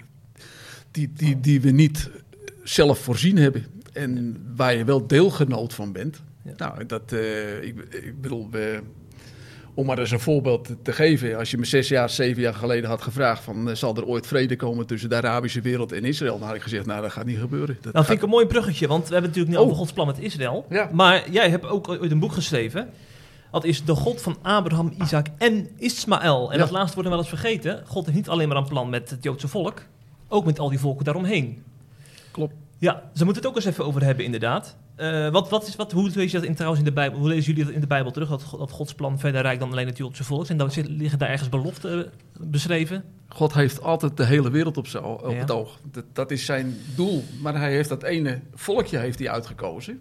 die, die, die we niet zelf voorzien hebben. En waar je wel deelgenoot van bent. Ja. Nou, dat... Uh, ik, ik bedoel... we Om maar eens een voorbeeld te geven. Als je me zes jaar, zeven jaar geleden had gevraagd van... Uh, zal er ooit vrede komen tussen de Arabische wereld en Israël? Dan had ik gezegd, nou, dat gaat niet gebeuren. Dat Dan gaat... vind ik een mooi bruggetje, want we hebben het natuurlijk nu oh. over Gods plan met Israël. Ja. Maar jij hebt ook ooit een boek geschreven. Dat is de God van Abraham, Isaac en Ismaël. En ja. dat laatste wordt wel eens vergeten. God heeft niet alleen maar een plan met het Joodse volk. Ook met al die volken daaromheen. Klopt. Ja, dus daar moeten we het ook eens even over hebben, inderdaad. Uh, wat, wat is, wat, hoe lees je dat in, trouwens in de Bijbel? Hoe lezen jullie dat in de Bijbel terug? Dat, dat Gods plan verder reikt dan alleen het Joodse volk. En dan zit, liggen daar ergens beloften uh, beschreven? God heeft altijd de hele wereld op, zo, op ja. het oog. Dat, dat is zijn doel. Maar hij heeft dat ene volkje heeft hij uitgekozen.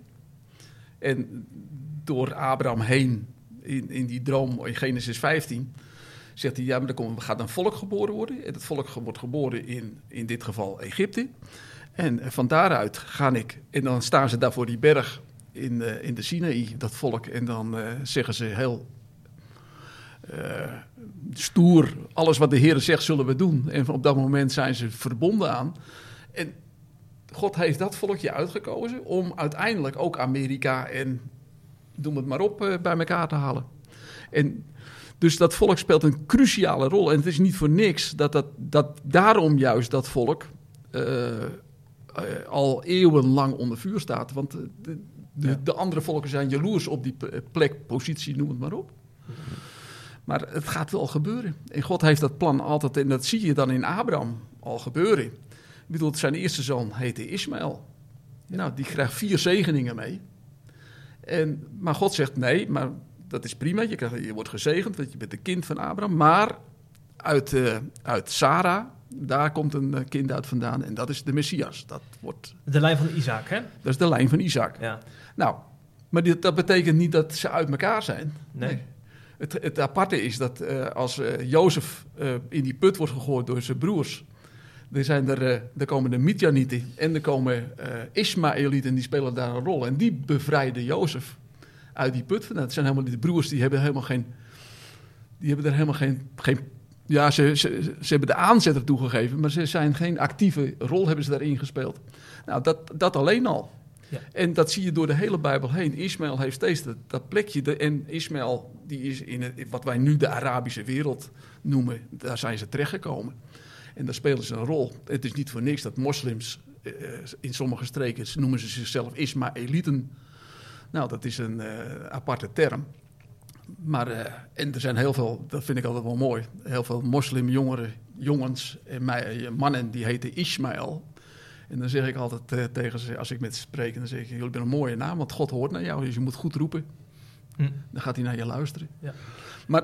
En door Abraham heen, in, in die droom in Genesis vijftien... zegt hij, ja, maar er komt, gaat een volk geboren worden. En dat volk wordt geboren in, in dit geval Egypte. En van daaruit ga ik, en dan staan ze daar voor die berg in, uh, in de Sinaï, dat volk. En dan uh, zeggen ze heel uh, stoer, alles wat de Heer zegt zullen we doen. En op dat moment zijn ze verbonden aan. En God heeft dat volkje uitgekozen om uiteindelijk ook Amerika en noem het maar op uh, bij elkaar te halen. En dus dat volk speelt een cruciale rol. En het is niet voor niks dat, dat, dat daarom juist dat volk uh, uh, al eeuwenlang onder vuur staat. Want de, de, ja. de andere volken zijn jaloers op die plek, positie, noem het maar op. Maar het gaat wel gebeuren. En God heeft dat plan altijd, en dat zie je dan in Abraham al gebeuren. Ik bedoel, zijn eerste zoon heette Ismaël. Nou, die krijgt vier zegeningen mee. En, maar God zegt nee, maar dat is prima. Je, krijgt, je wordt gezegend, want je bent een kind van Abraham. Maar uit, uh, uit Sarah, daar komt een uh, kind uit vandaan. En dat is de Messias. Dat wordt, de lijn van Isaac, hè? Dat is de lijn van Isaac. Ja. Nou, maar dit, dat betekent niet dat ze uit elkaar zijn. Nee. nee. Het, het aparte is dat uh, als uh, Jozef uh, in die put wordt gegooid door zijn broers, er, zijn er, uh, er komen de Midjanieten en er komen uh, Ismaëlieten, die spelen daar een rol. En die bevrijden Jozef uit die put. Nou, het zijn helemaal die broers, die hebben helemaal geen, die hebben er helemaal geen, geen ja, ze, ze, ze hebben de aanzet ertoe gegeven, maar ze zijn geen actieve rol hebben ze daarin gespeeld. Nou, dat, dat alleen al. Ja. En dat zie je door de hele Bijbel heen. Ismaël heeft steeds dat, dat plekje. De, en Ismaël, die is in het, wat wij nu de Arabische wereld noemen, daar zijn ze terechtgekomen. En daar spelen ze een rol. Het is niet voor niks dat moslims, uh, in sommige streken noemen ze zichzelf Ismaëlieten. Nou, dat is een uh, aparte term. Maar, uh, en er zijn heel veel, dat vind ik altijd wel mooi, heel veel moslimjongeren, jongens en mij, mannen die heten Ismaël. En dan zeg ik altijd uh, tegen ze, als ik met ze spreek, dan zeg ik, jullie hebben een mooie naam, want God hoort naar jou, dus je moet goed roepen. Hm. Dan gaat hij naar je luisteren. Ja. Maar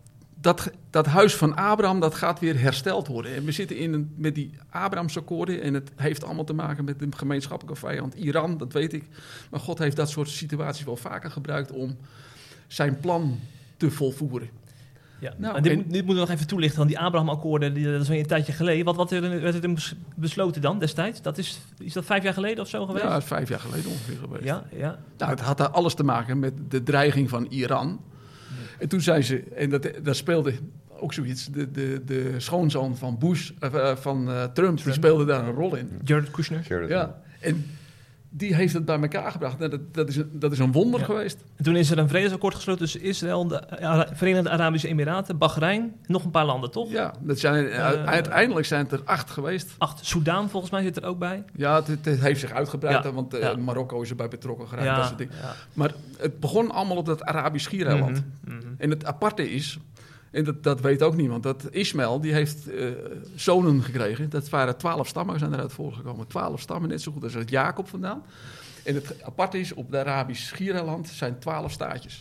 dat, dat huis van Abraham, dat gaat weer hersteld worden. En we zitten in een, met die Abrahamsakkoorden en het heeft allemaal te maken met de gemeenschappelijke vijand Iran, dat weet ik. Maar God heeft dat soort situaties wel vaker gebruikt om zijn plan te volvoeren. Ja. Nou, en dit, en, dit moeten we nog even toelichten, want die Abraham-akkoorden, die, dat is weer een tijdje geleden. Wat, wat werd er besloten dan destijds? Dat is, is dat vijf jaar geleden of zo geweest? Ja, dat is vijf jaar geleden ongeveer geweest. Ja, ja. Nou, het had daar alles te maken met de dreiging van Iran. Ja. En toen zei ze, en dat, dat speelde ook zoiets, de, de, de schoonzoon van Bush, uh, van uh, Trump, Trump, die speelde daar een rol in. Jared Kushner. Jared, ja, en die heeft het bij elkaar gebracht. Nou, dat, dat, is een, dat is een wonder ja. geweest. En toen is er een vredesakkoord gesloten tussen Israël, de Ara- Verenigde Arabische Emiraten, Bahrein, nog een paar landen, toch? Ja, dat zijn, uh, uiteindelijk zijn het er acht geweest. Acht. Soudaan volgens mij zit er ook bij. Ja, het, het heeft zich uitgebreid, ja. want uh, ja. Marokko is erbij betrokken geraakt. Ja. Dat soort dingen. Ja. Maar het begon allemaal op dat Arabisch Schiereiland. Mm-hmm. Mm-hmm. En het aparte is, en dat, dat weet ook niemand, dat Ismaël die heeft uh, zonen gekregen. Dat waren twaalf stammen, zijn eruit voortgekomen. Twaalf stammen, net zo goed als uit Jacob vandaan. En het aparte is, op de Arabisch Schiereiland zijn twaalf staatjes.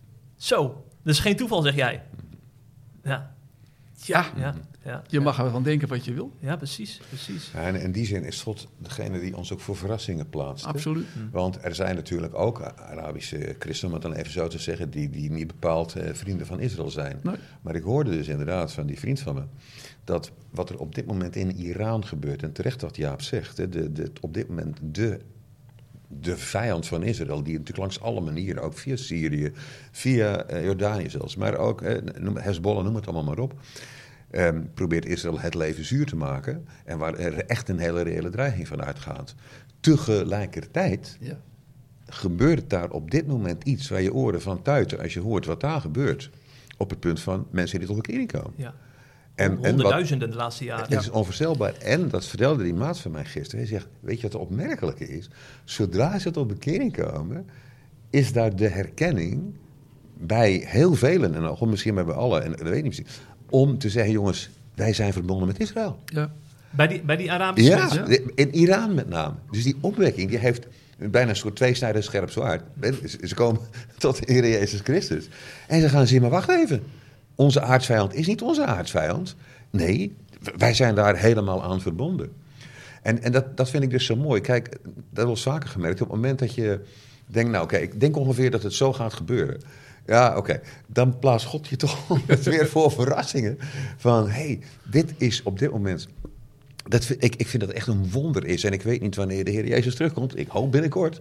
Zo, dat is geen toeval, zeg jij. Ja. Ja, ja, ja je ja. mag ervan denken wat je wil. Ja, precies. precies. Ja, en in die zin is God degene die ons ook voor verrassingen plaatst. Absoluut. Hm. Want er zijn natuurlijk ook Arabische christenen, om het dan even zo te zeggen, die, die niet bepaald uh, vrienden van Israël zijn. Nee. Maar ik hoorde dus inderdaad van die vriend van me, dat wat er op dit moment in Iran gebeurt, en terecht wat Jaap zegt, hè, de, de, op dit moment de... de vijand van Israël, die natuurlijk langs alle manieren, ook via Syrië, via uh, Jordanië zelfs, maar ook uh, noem, Hezbollah, noem het allemaal maar op, um, probeert Israël het leven zuur te maken en waar er echt een hele reële dreiging van uitgaat. Tegelijkertijd ja. gebeurt daar op dit moment iets waar je oren van tuiten als je hoort wat daar gebeurt, op het punt van mensen die tot elkaar komen. Ja. En, honderdduizenden en wat, de laatste jaren. Het is onvoorstelbaar. En dat vertelde die maat van mij gisteren. Hij zegt, weet je wat het opmerkelijke is? Zodra ze tot bekering komen, is daar de herkenning bij heel velen, en ook misschien bij allen, en dat weet ik niet precies, om te zeggen, jongens, wij zijn verbonden met Israël. Ja. Bij die, bij die Arabische ja, mensen? Ja, in Iran met name. Dus die opwekking, die heeft bijna een soort tweesnijdig scherp zwaard. Ze komen tot de Heer Jezus Christus. En ze gaan zeggen, maar wacht even. Onze aardsvijand is niet onze aardsvijand. Nee, wij zijn daar helemaal aan verbonden. En, en dat, dat vind ik dus zo mooi. Kijk, dat hebben we vaker gemerkt. Op het moment dat je denkt, nou oké, okay, ik denk ongeveer dat het zo gaat gebeuren. Ja, oké. Okay. Dan plaatst God je toch weer voor verrassingen. Van, hé, hey, dit is op dit moment... Dat, ik, ik vind dat echt een wonder is. En ik weet niet wanneer de Heer Jezus terugkomt. Ik hoop binnenkort.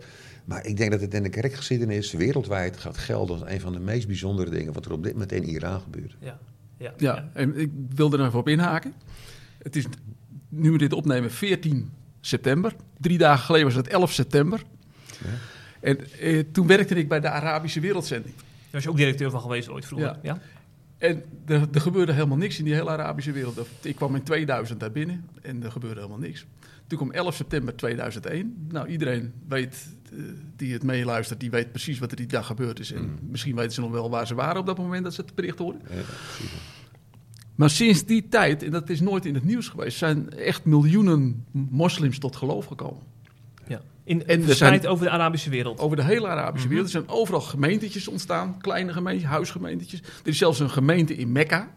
Maar ik denk dat het in de kerkgeschiedenis wereldwijd gaat gelden als een van de meest bijzondere dingen wat er op dit moment in Iran gebeurt. Ja, ja, Ja, ja. en ik wil er even op inhaken. Het is, nu we dit opnemen, veertien september. Drie dagen geleden was het elf september. Ja. En eh, toen werkte ik bij de Arabische Wereldzending. Daar was je ook directeur van geweest ooit vroeger. Ja. Ja. En er, er gebeurde helemaal niks in die hele Arabische wereld. Ik kwam in tweeduizend daar binnen en er gebeurde helemaal niks. Toen kwam elf september tweeduizend één. Nou, iedereen weet, uh, die het meeluistert, die weet precies wat er die dag gebeurd is. En Mm. misschien weten ze nog wel waar ze waren op dat moment dat ze het bericht hoorden. Ja, precies. Maar sinds die tijd, en dat is nooit in het nieuws geweest, zijn echt miljoenen moslims tot geloof gekomen. Ja. In, En er verspreid zijn- over de Arabische wereld. Over de hele Arabische Mhm. wereld. Er zijn overal gemeentetjes ontstaan, kleine gemeentjes, huisgemeentetjes. Er is zelfs een gemeente in Mekka.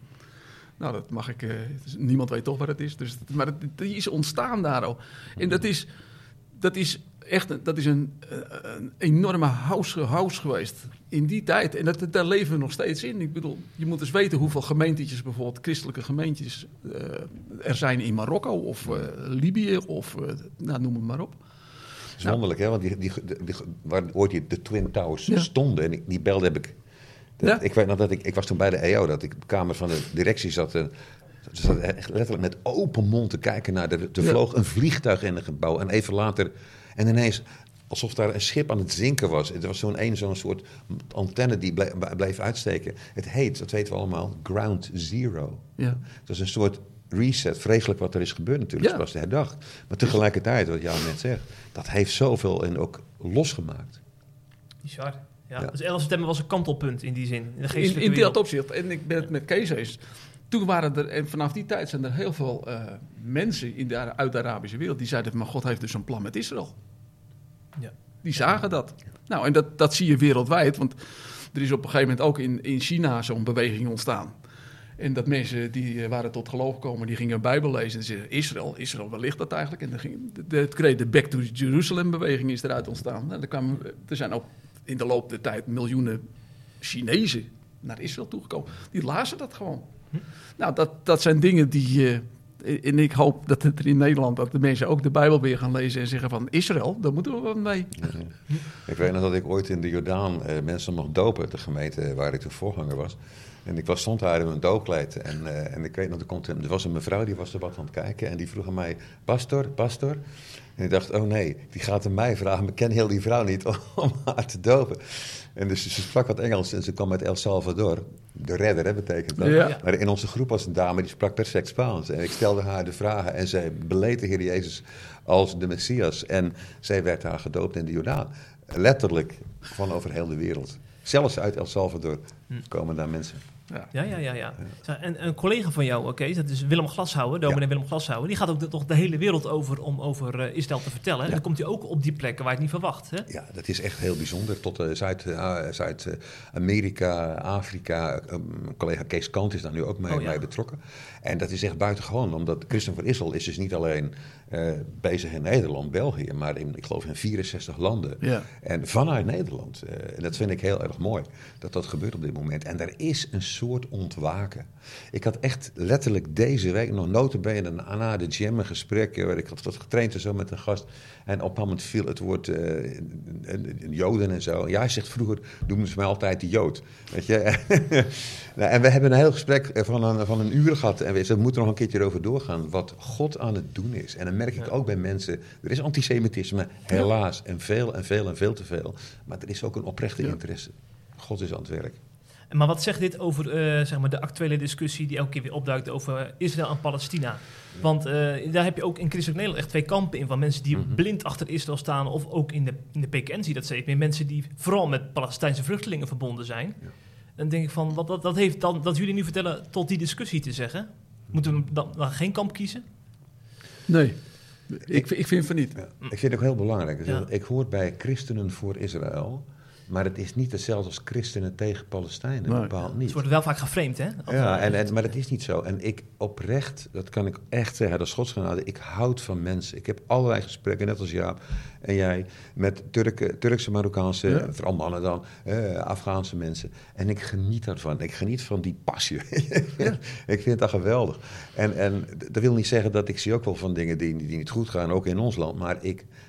Nou, dat mag ik... Uh, niemand weet toch waar het is. Dus, maar het, die is ontstaan daar al. En dat is, dat is echt een, dat is een, uh, een enorme house, house geweest in die tijd. En dat, daar leven we nog steeds in. Ik bedoel, je moet eens weten hoeveel gemeentetjes, bijvoorbeeld christelijke gemeentjes, uh, er zijn in Marokko of uh, Libië of uh, nou, noem het maar op. Het is wonderlijk, hè? Want die, die, die, die- waar ooit die, de Twin Towers Ja. stonden, en ik, die belde heb ik... Dat, Ja. Ik weet nog dat ik... Ik was toen bij de E O, dat ik op de kamer van de directie zat... En, ze zat echt letterlijk met open mond te kijken naar... De, er Ja. vloog een vliegtuig in het gebouw en even later... En ineens, alsof daar een schip aan het zinken was. Het was zo'n een, zo'n soort antenne die bleef, bleef uitsteken. Het heet, dat weten we allemaal, Ground Zero. Ja. Dat is een soort reset, vreselijk wat er is gebeurd natuurlijk, Ja. zoals herdacht. Maar tegelijkertijd, wat jou net zegt, dat heeft zoveel en ook losgemaakt. Bizar. Ja. Ja. Dus elf september was een kantelpunt in die zin. In de In, geestelijke in wereld. dat opzicht, en ik ben het met Kees eens. Toen waren er, en vanaf die tijd zijn er heel veel uh, mensen in de, uit de Arabische wereld die zeiden: maar God heeft dus een plan met Israël. Ja. Die zagen dat. Nou, en dat, dat zie je wereldwijd, want er is op een gegeven moment ook in, in China zo'n beweging ontstaan. En dat mensen die uh, waren tot geloof gekomen, die gingen een Bijbel lezen en zeiden: Israël, Israël, waar ligt dat eigenlijk? En dan ging, de, de, de, de Back to Jerusalem beweging is eruit ontstaan. Nou, er, kwamen, er zijn ook in de loop der tijd miljoenen Chinezen naar Israël toegekomen. Die lazen dat gewoon. Hm. Nou, dat, dat zijn dingen die... Uh, en ik hoop dat het er in Nederland, dat de mensen ook de Bijbel weer gaan lezen en zeggen van Israël, daar moeten we wat mee. Ja. Ik weet nog dat ik ooit in de Jordaan eh, mensen mocht dopen, de gemeente waar ik de voorganger was. En ik was, stond daar in mijn doopkleed en, uh, en ik weet nog, er, komt, er was een mevrouw die was er wat aan het kijken en die vroeg aan mij: pastor, pastor? En ik dacht: oh nee, die gaat aan mij vragen, maar ik ken heel die vrouw niet om, om haar te dopen. En dus ze sprak wat Engels en ze kwam uit El Salvador. De redder, hè, betekent dat. Ja. Maar in onze groep was een dame die sprak perfect Spaans. En ik stelde haar de vragen en zij beleed de Heer Jezus als de Messias. En zij werd daar gedoopt in de Jordaan. Letterlijk van over heel de wereld. Zelfs uit El Salvador komen daar mensen. Ja. Ja, ja, ja. ja. En een collega van jou, Kees, dat is Willem Glashouwer, dominee Ja. Willem Glashouwer, die gaat ook de, toch de hele wereld over om over uh, Israël te vertellen. En dan komt hij ook op die plekken waar je het niet verwacht. Hè? Ja, dat is echt heel bijzonder. Tot uh, Zuid, uh, Zuid-Amerika, Afrika. Um, collega Kees Kant is daar nu ook mee, Oh, ja. mee betrokken. En dat is echt buitengewoon. Omdat Christen voor Israël is dus niet alleen uh, bezig in Nederland, België, maar in, ik geloof in vierenzestig landen. Ja. En vanuit Nederland. Uh, en dat vind ik heel erg mooi, dat dat gebeurt op dit moment. En er is een soort ontwaken. Ik had echt letterlijk deze week nog notabene na de gym een gesprek, waar ik had getraind en zo met een gast. En op een moment viel het woord uh, Joden en zo. Ja, hij zegt: vroeger noemden ze mij altijd de Jood. Weet je? Nou, en we hebben een heel gesprek van een, van een uur gehad. En we, we moeten nog een keertje erover doorgaan wat God aan het doen is. En dan merk ik Ja. ook bij mensen, er is antisemitisme, helaas. En veel en veel en veel te veel. Maar er is ook een oprechte Ja. interesse. God is aan het werk. Maar wat zegt dit over uh, zeg maar de actuele discussie die elke keer weer opduikt over Israël en Palestina? Want uh, daar heb je ook in Christelijk Nederland echt twee kampen in. Van mensen die Mm-hmm. blind achter Israël staan. Of ook in de, in de P K N zie je dat steeds meer. Mensen die vooral met Palestijnse vluchtelingen verbonden zijn. Ja. Dan denk ik van, wat, wat, wat heeft dan, dat jullie nu vertellen tot die discussie te zeggen? Moeten we dan, dan geen kamp kiezen? Nee, ik, ik vind van niet. Ja, ik vind het ook heel belangrijk. Dus Ja. Ik hoor bij Christenen voor Israël. Maar het is niet hetzelfde als christenen tegen Palestijnen. Nee. Bepaald niet. Het wordt wel vaak geframed, hè? Als, Ja, uh, en, en, maar dat is niet zo. En ik oprecht, dat kan ik echt zeggen, dat is godsgenade, ik houd van mensen. Ik heb allerlei gesprekken, net als Jaap en jij, met Turken, Turkse, Marokkaanse, Ja. vooral mannen dan, eh, Afghaanse mensen. En ik geniet daarvan. Ik geniet van die passie. Ja. Ik vind dat geweldig. En, en dat wil niet zeggen dat ik zie ook wel van dingen die, die niet goed gaan, ook in ons land. Maar ik...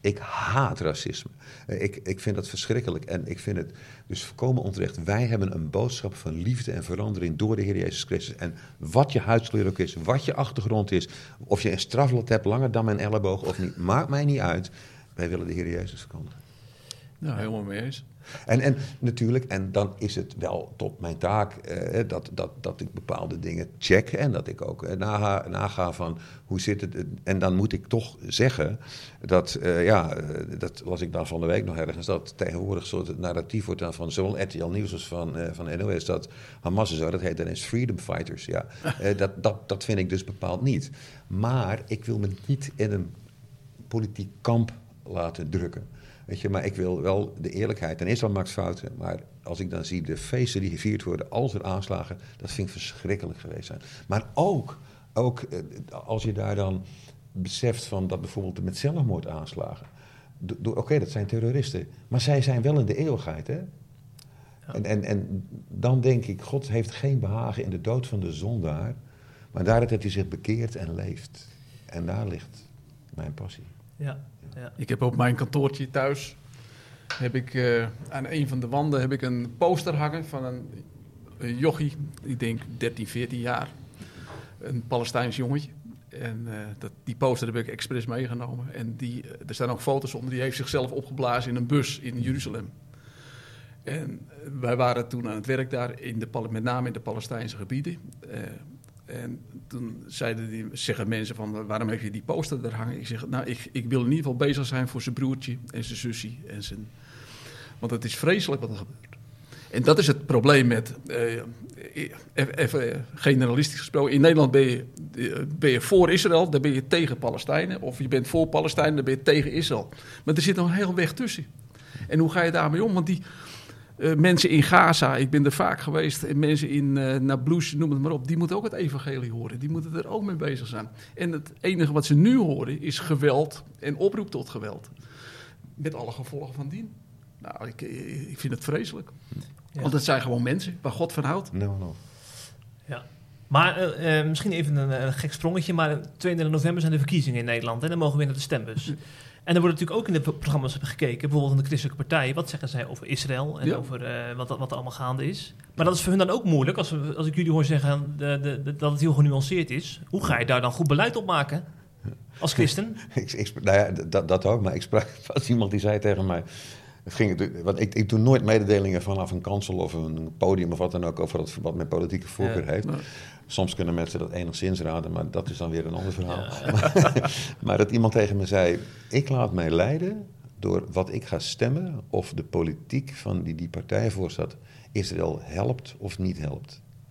Ik haat racisme. Ik, ik vind dat verschrikkelijk. En ik vind het dus volkomen onterecht. Wij hebben een boodschap van liefde en verandering door de Heer Jezus Christus. En wat je huidskleur ook is, wat je achtergrond is, of je een strafblad hebt langer dan mijn elleboog of niet, maakt mij niet uit. Wij willen de Heer Jezus verkondigen. Nou, helemaal mee eens. En, en natuurlijk, en dan is het wel tot mijn taak eh, dat, dat, dat ik bepaalde dingen check en dat ik ook eh, naga, naga van hoe zit het. En dan moet ik toch zeggen dat, eh, ja, dat las ik dan van de week nog ergens, dat tegenwoordig soort het narratief wordt dan van zowel R T L Nieuws als van, eh, van N O S, dat Hamas en zo, dat heet dan eens freedom fighters. Ja. Eh, dat, dat, dat vind ik dus bepaald niet. Maar ik wil me niet in een politiek kamp laten drukken. Weet je, maar ik wil wel de eerlijkheid. En Israël maakt fouten, maar als ik dan zie de feesten die gevierd worden als er aanslagen, dat vind ik verschrikkelijk geweest zijn. Maar ook, ook als je daar dan beseft van dat bijvoorbeeld met zelfmoord aanslagen. Oké, okay, dat zijn terroristen, maar zij zijn wel in de eeuwigheid, hè? Ja. En, en, en dan denk ik, God heeft geen behagen in de dood van de zondaar, maar daaruit dat hij zich bekeert en leeft. En daar ligt mijn passie. Ja. Ja. Ik heb op mijn kantoortje thuis, heb ik, uh, aan een van de wanden heb ik een poster hangen van een, een jochie, ik denk dertien, veertien jaar. Een Palestijns jongetje. En uh, dat, die poster heb ik expres meegenomen. En die, uh, er staan ook foto's onder, die heeft zichzelf opgeblazen in een bus in Jeruzalem. En uh, wij waren toen aan het werk daar, in de, met name in de Palestijnse gebieden. Uh, En toen zeiden die, zeggen mensen van, waarom heb je die poster daar hangen? Ik zeg, nou, ik, ik wil in ieder geval bezig zijn voor zijn broertje en zijn zusje. En zijn... Want het is vreselijk wat er gebeurt. En dat is het probleem met, uh, even generalistisch gesproken, in Nederland ben je, ben je voor Israël, dan ben je tegen Palestijnen. Of je bent voor Palestijnen, dan ben je tegen Israël. Maar er zit nog een heel weg tussen. En hoe ga je daarmee om? Want die... Uh, mensen in Gaza, ik ben er vaak geweest, en mensen in uh, Nablus, noem het maar op, die moeten ook het evangelie horen. Die moeten er ook mee bezig zijn. En het enige wat ze nu horen is geweld en oproep tot geweld. Met alle gevolgen van dien. Nou, ik, ik vind het vreselijk. Ja. Want het zijn gewoon mensen waar God van houdt. No, no. Ja. Maar uh, uh, misschien even een, een gek sprongetje, maar tweeëntwintig november zijn de verkiezingen in Nederland en dan mogen we weer naar de stembus. En er wordt natuurlijk ook in de programma's gekeken, bijvoorbeeld van de christelijke partijen. Wat zeggen zij over Israël en ja. over uh, wat, wat er allemaal gaande is. Maar dat is voor hun dan ook moeilijk, als, we, als ik jullie hoor zeggen de, de, de, dat het heel genuanceerd is. Hoe ga je daar dan goed beleid op maken als christen? ik, ik, nou ja, dat, dat ook, maar ik sprak als iemand die zei tegen mij... Het ging, want ik, ik doe nooit mededelingen vanaf een kansel of een podium of wat dan ook over het, wat met politieke voorkeur ja. heeft. Nee. Soms kunnen mensen dat enigszins raden, maar dat is dan weer een ander verhaal. Ja. maar, maar dat iemand tegen me zei, ik laat mij leiden door wat ik ga stemmen of de politiek van die die partij voorstaat Israël helpt of niet helpt.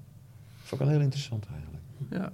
Dat vond ik wel heel interessant eigenlijk. Ja.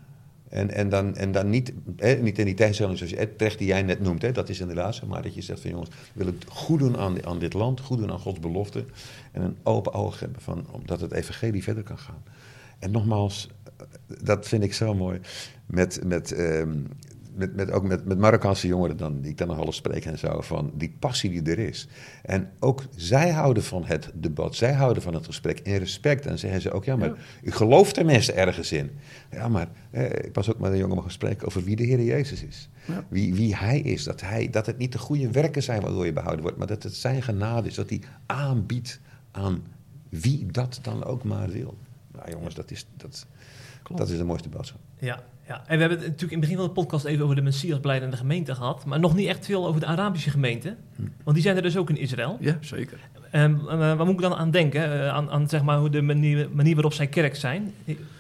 En, en, dan, en dan niet, eh, niet in die tegenstelling zoals je, terecht die jij net noemt, hè, dat is inderdaad zo, maar dat je zegt van jongens, we willen het goed doen aan, aan dit land, goed doen aan Gods belofte en een open oog hebben van, omdat het evangelie verder kan gaan. En nogmaals, dat vind ik zo mooi, met, met, um, met, met, ook met, met Marokkaanse jongeren dan, die ik dan nog wel eens spreek en zo, van die passie die er is. En ook zij houden van het debat, zij houden van het gesprek in respect. En zeggen ze ook, ja, maar ja. u gelooft er mensen ergens in. Ja, maar eh, ik was ook met een jongen mogen spreken over wie de Heer Jezus is. Ja. Wie, wie hij is, dat, hij, dat het niet de goede werken zijn waardoor je behouden wordt, maar dat het zijn genade is, dat hij aanbiedt aan wie dat dan ook maar wil. Nou jongens, dat is, dat, dat is de mooiste boodschap. Ja, ja, en we hebben het natuurlijk in het begin van de podcast even over de Messiasbelijdende gemeente gehad, maar nog niet echt veel over de Arabische gemeenten, hm. want die zijn er dus ook in Israël. Ja, zeker. Um, uh, waar moet ik dan aan denken? Uh, aan, aan zeg maar, hoe de manier, manier waarop zij kerk zijn?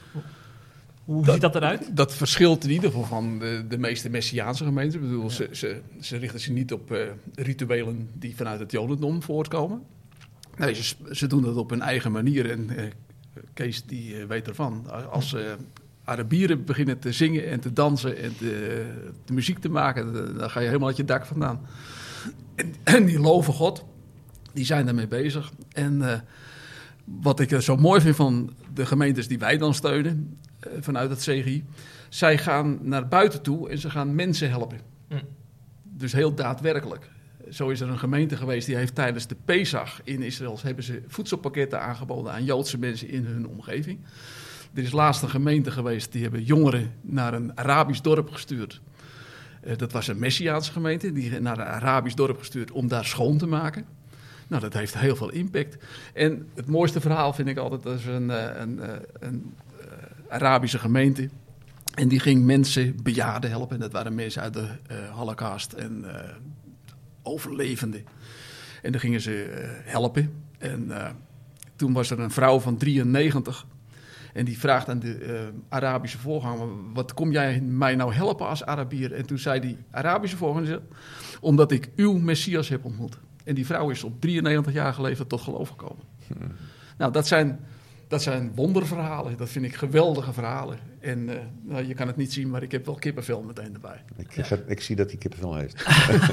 Hoe dat, ziet dat eruit? Dat verschilt in ieder geval van de, de meeste Messiaanse gemeenten. Ik bedoel, ja. ze, ze, ze richten zich niet op uh, rituelen die vanuit het Jodendom voortkomen. Nee, ze, ze doen dat op hun eigen manier en uh, Kees die uh, weet ervan. Als uh, Arabieren beginnen te zingen en te dansen en te, de muziek te maken, dan ga je helemaal uit je dak vandaan. En, en die loven God, die zijn daarmee bezig. En uh, wat ik zo mooi vind van de gemeentes die wij dan steunen, uh, vanuit het C G I, zij gaan naar buiten toe en ze gaan mensen helpen. Mm. Dus heel daadwerkelijk. Zo is er een gemeente geweest die heeft tijdens de Pesach in Israël, hebben ze voedselpakketten aangeboden aan Joodse mensen in hun omgeving. Er is laatst een gemeente geweest, die hebben jongeren naar een Arabisch dorp gestuurd. Uh, dat was een Messiaanse gemeente, die naar een Arabisch dorp gestuurd om daar schoon te maken. Nou, dat heeft heel veel impact. En het mooiste verhaal vind ik altijd, dat is een, uh, een, uh, een uh, Arabische gemeente. En die ging mensen, bejaarden helpen. En dat waren mensen uit de uh, Holocaust en uh, overlevenden. En dan gingen ze uh, helpen. En uh, toen was er een vrouw van drieënnegentig. En die vraagt aan de uh, Arabische voorganger: wat kom jij mij nou helpen als Arabier? En toen zei die Arabische voorganger: omdat ik uw Messias heb ontmoet. En die vrouw is op drieënnegentig jaar geleden tot geloof gekomen. Hmm. Nou, dat zijn, dat zijn wonderverhalen. Dat vind ik geweldige verhalen. En uh, nou, je kan het niet zien, maar ik heb wel kippenvel meteen erbij. Ik, ja. ik, ik zie dat hij kippenvel heeft.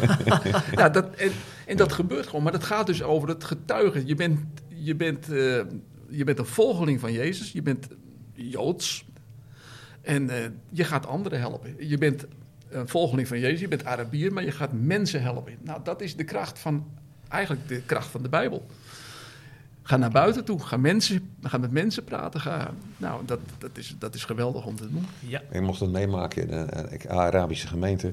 ja, dat, en, en dat gebeurt gewoon. Maar dat gaat dus over het getuigen. Je bent, je bent, uh, je bent een volgeling van Jezus. Je bent Joods. En uh, je gaat anderen helpen. Je bent een volgeling van Jezus. Je bent Arabier, maar je gaat mensen helpen. Nou, dat is de kracht van, eigenlijk de kracht van de Bijbel. Ga naar buiten toe. Ga, mensen, ga met mensen praten. Ga, nou, dat, dat, is, dat is geweldig om te doen. Ja. Ik mocht het meemaken in een, een Arabische gemeente.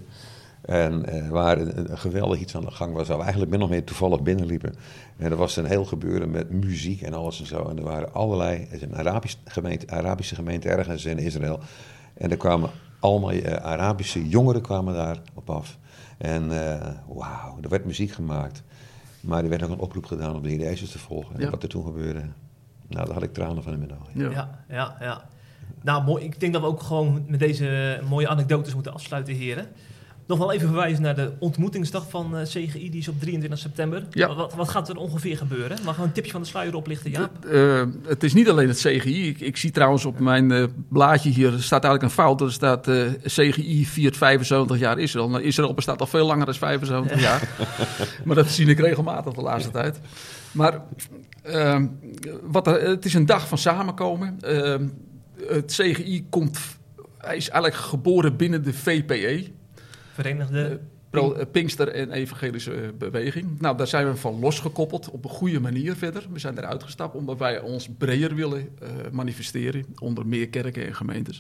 En uh, waar een, een geweldig iets aan de gang was. Waar we eigenlijk min of meer toevallig binnenliepen. En er was een heel gebeuren met muziek en alles en zo. En er waren allerlei, het is een Arabisch gemeente, Arabische gemeente ergens in Israël. En er kwamen allemaal uh, Arabische jongeren kwamen daar op af. En uh, wauw, er werd muziek gemaakt. Maar er werd ook een oproep gedaan om de Heer Jezus te volgen. En ja. wat er toen gebeurde, nou, daar had ik tranen van in mijn ogen. Ja, ja, ja. ja. Nou, mooi. Ik denk dat we ook gewoon met deze mooie anekdotes moeten afsluiten, heren. Nog wel even verwijzen naar de ontmoetingsdag van uh, C G I, die is op drieëntwintig september. Ja. Wat, wat gaat er ongeveer gebeuren? Mag gewoon een tipje van de sluier oplichten, Jaap? Uh, het is niet alleen het C G I. Ik, ik zie trouwens op mijn uh, blaadje hier, er staat eigenlijk een fout. Er staat uh, C G I viert vijfenzeventig jaar Israël. Nou, Israël bestaat al veel langer dan vijfenzeventig jaar. Maar dat zie ik regelmatig de laatste tijd. Maar uh, wat er, het is een dag van samenkomen. Uh, het C G I komt, hij is eigenlijk geboren binnen de V P E. Verenigde Pro, Pinkster en Evangelische Beweging. Nou, daar zijn we van losgekoppeld op een goede manier verder. We zijn eruit gestapt omdat wij ons breder willen uh, manifesteren onder meer kerken en gemeentes.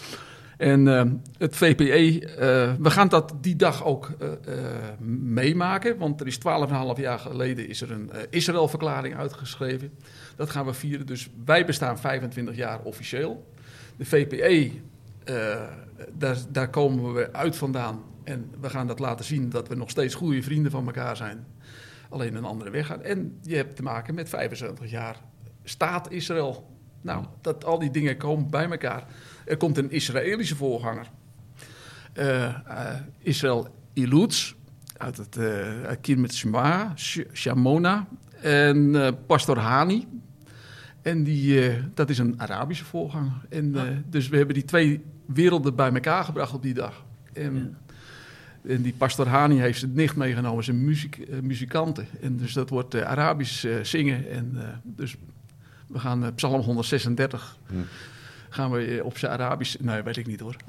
En uh, het V P E, uh, we gaan dat die dag ook uh, uh, meemaken, want er is twaalf en een half jaar geleden is er een uh, Israël-verklaring uitgeschreven. Dat gaan we vieren, dus wij bestaan vijfentwintig jaar officieel. De V P E, uh, daar, daar komen we uit vandaan. En we gaan dat laten zien dat we nog steeds goede vrienden van elkaar zijn. Alleen een andere weg gaan. En je hebt te maken met vijfenzeventig jaar staat Israël. Nou, dat, al die dingen komen bij elkaar. Er komt een Israëlische voorganger. Uh, uh, Israël Ilutz uit het uh, Kirmet Shema, Shamona. En uh, Pastor Hani. En die, uh, dat is een Arabische voorganger. En, uh, dus we hebben die twee werelden bij elkaar gebracht op die dag. En, ja. En die Pastor Hani heeft zijn nicht meegenomen, zijn muziek, uh, muzikanten. En dus dat wordt uh, Arabisch uh, zingen. En uh, dus we gaan uh, Psalm honderdzesendertig hm. gaan we uh, op zijn Arabisch... Nee, weet ik niet hoor.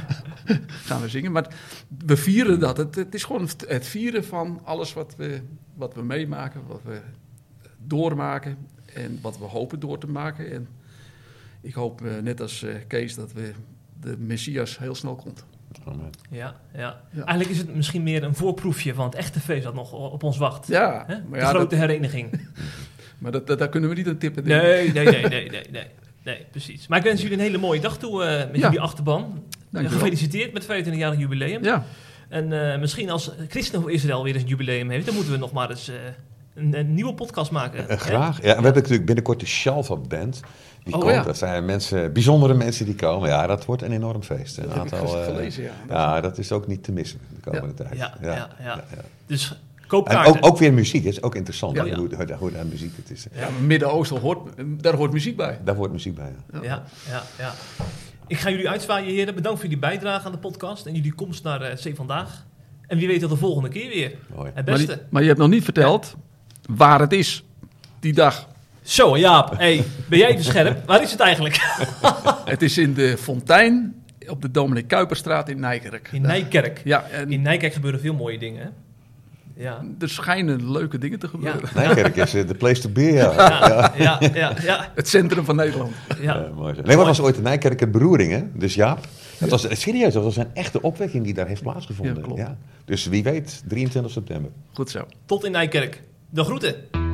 gaan we zingen. Maar we vieren dat. Het, het is gewoon het, het vieren van alles wat we, wat we meemaken, wat we doormaken en wat we hopen door te maken. En ik hoop uh, net als uh, Kees dat we de Messias heel snel komt. Amen. Ja, ja. ja, eigenlijk is het misschien meer een voorproefje van het echte feest dat nog op ons wacht. Ja, Hè? maar de ja, grote dat, hereniging. Maar dat, dat, daar kunnen we niet aan tippen. Nee, nee, nee, nee, nee, nee, nee, precies. Maar ik wens jullie een hele mooie dag toe uh, met ja. jullie achterban. Gefeliciteerd met het vijfentwintigjarig jubileum. Ja. En uh, misschien als Christen voor Israël weer eens een jubileum heeft, dan moeten we nog maar eens uh, een, een nieuwe podcast maken. Uh, graag. Ja, en we hebben natuurlijk binnenkort de Shalva Band. Die oh, komt. Ja. Dat zijn mensen, bijzondere mensen die komen. Ja, dat wordt een enorm feest. Een dat aantal, heb ik uh, gelezen, ja. Ja, dat is ook niet te missen de komende ja. tijd. Ja, ja, ja. ja, ja. ja, ja. Dus koop en kaarten. ook, ook weer muziek, dat is ook interessant. Ja, ja. ja. Hoe, hoe, hoe daar muziek het is. Ja, Midden-Oosten hoort, daar hoort muziek bij. Daar hoort muziek bij, ja. Ja, ja, ja. Ik ga jullie uitzwaaien, heren. Bedankt voor jullie bijdrage aan de podcast en jullie komst naar uh, C Vandaag. En wie weet tot de volgende keer weer. Mooi. Het beste. Maar, die, maar je hebt nog niet verteld ja. waar het is, die dag. Zo, Jaap. Hey, ben jij even scherp? Waar is het eigenlijk? Het is in de Fontein op de Dominee Kuiperstraat in Nijkerk. In Nijkerk. Ja, en in Nijkerk gebeuren veel mooie dingen, hè? Ja. Er schijnen leuke dingen te gebeuren. Ja. Nijkerk is de uh, place to be, ja. Ja, ja, ja, ja, ja. Het centrum van Nederland. Ja. Uh, mooi. Nee, maar was ooit in Nijkerk een beroering, hè? Dus Jaap, Het was serieus, dat was een echte opwekking die daar heeft plaatsgevonden. Ja, klopt. Ja. Dus wie weet, drieëntwintig september. Goed zo. Tot in Nijkerk. De groeten.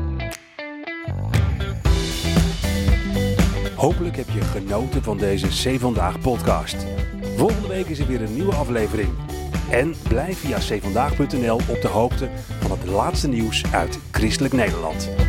Hopelijk heb je genoten van deze C Vandaag podcast. Volgende week is er weer een nieuwe aflevering. En blijf via c vandaag punt n l op de hoogte van het laatste nieuws uit Christelijk Nederland.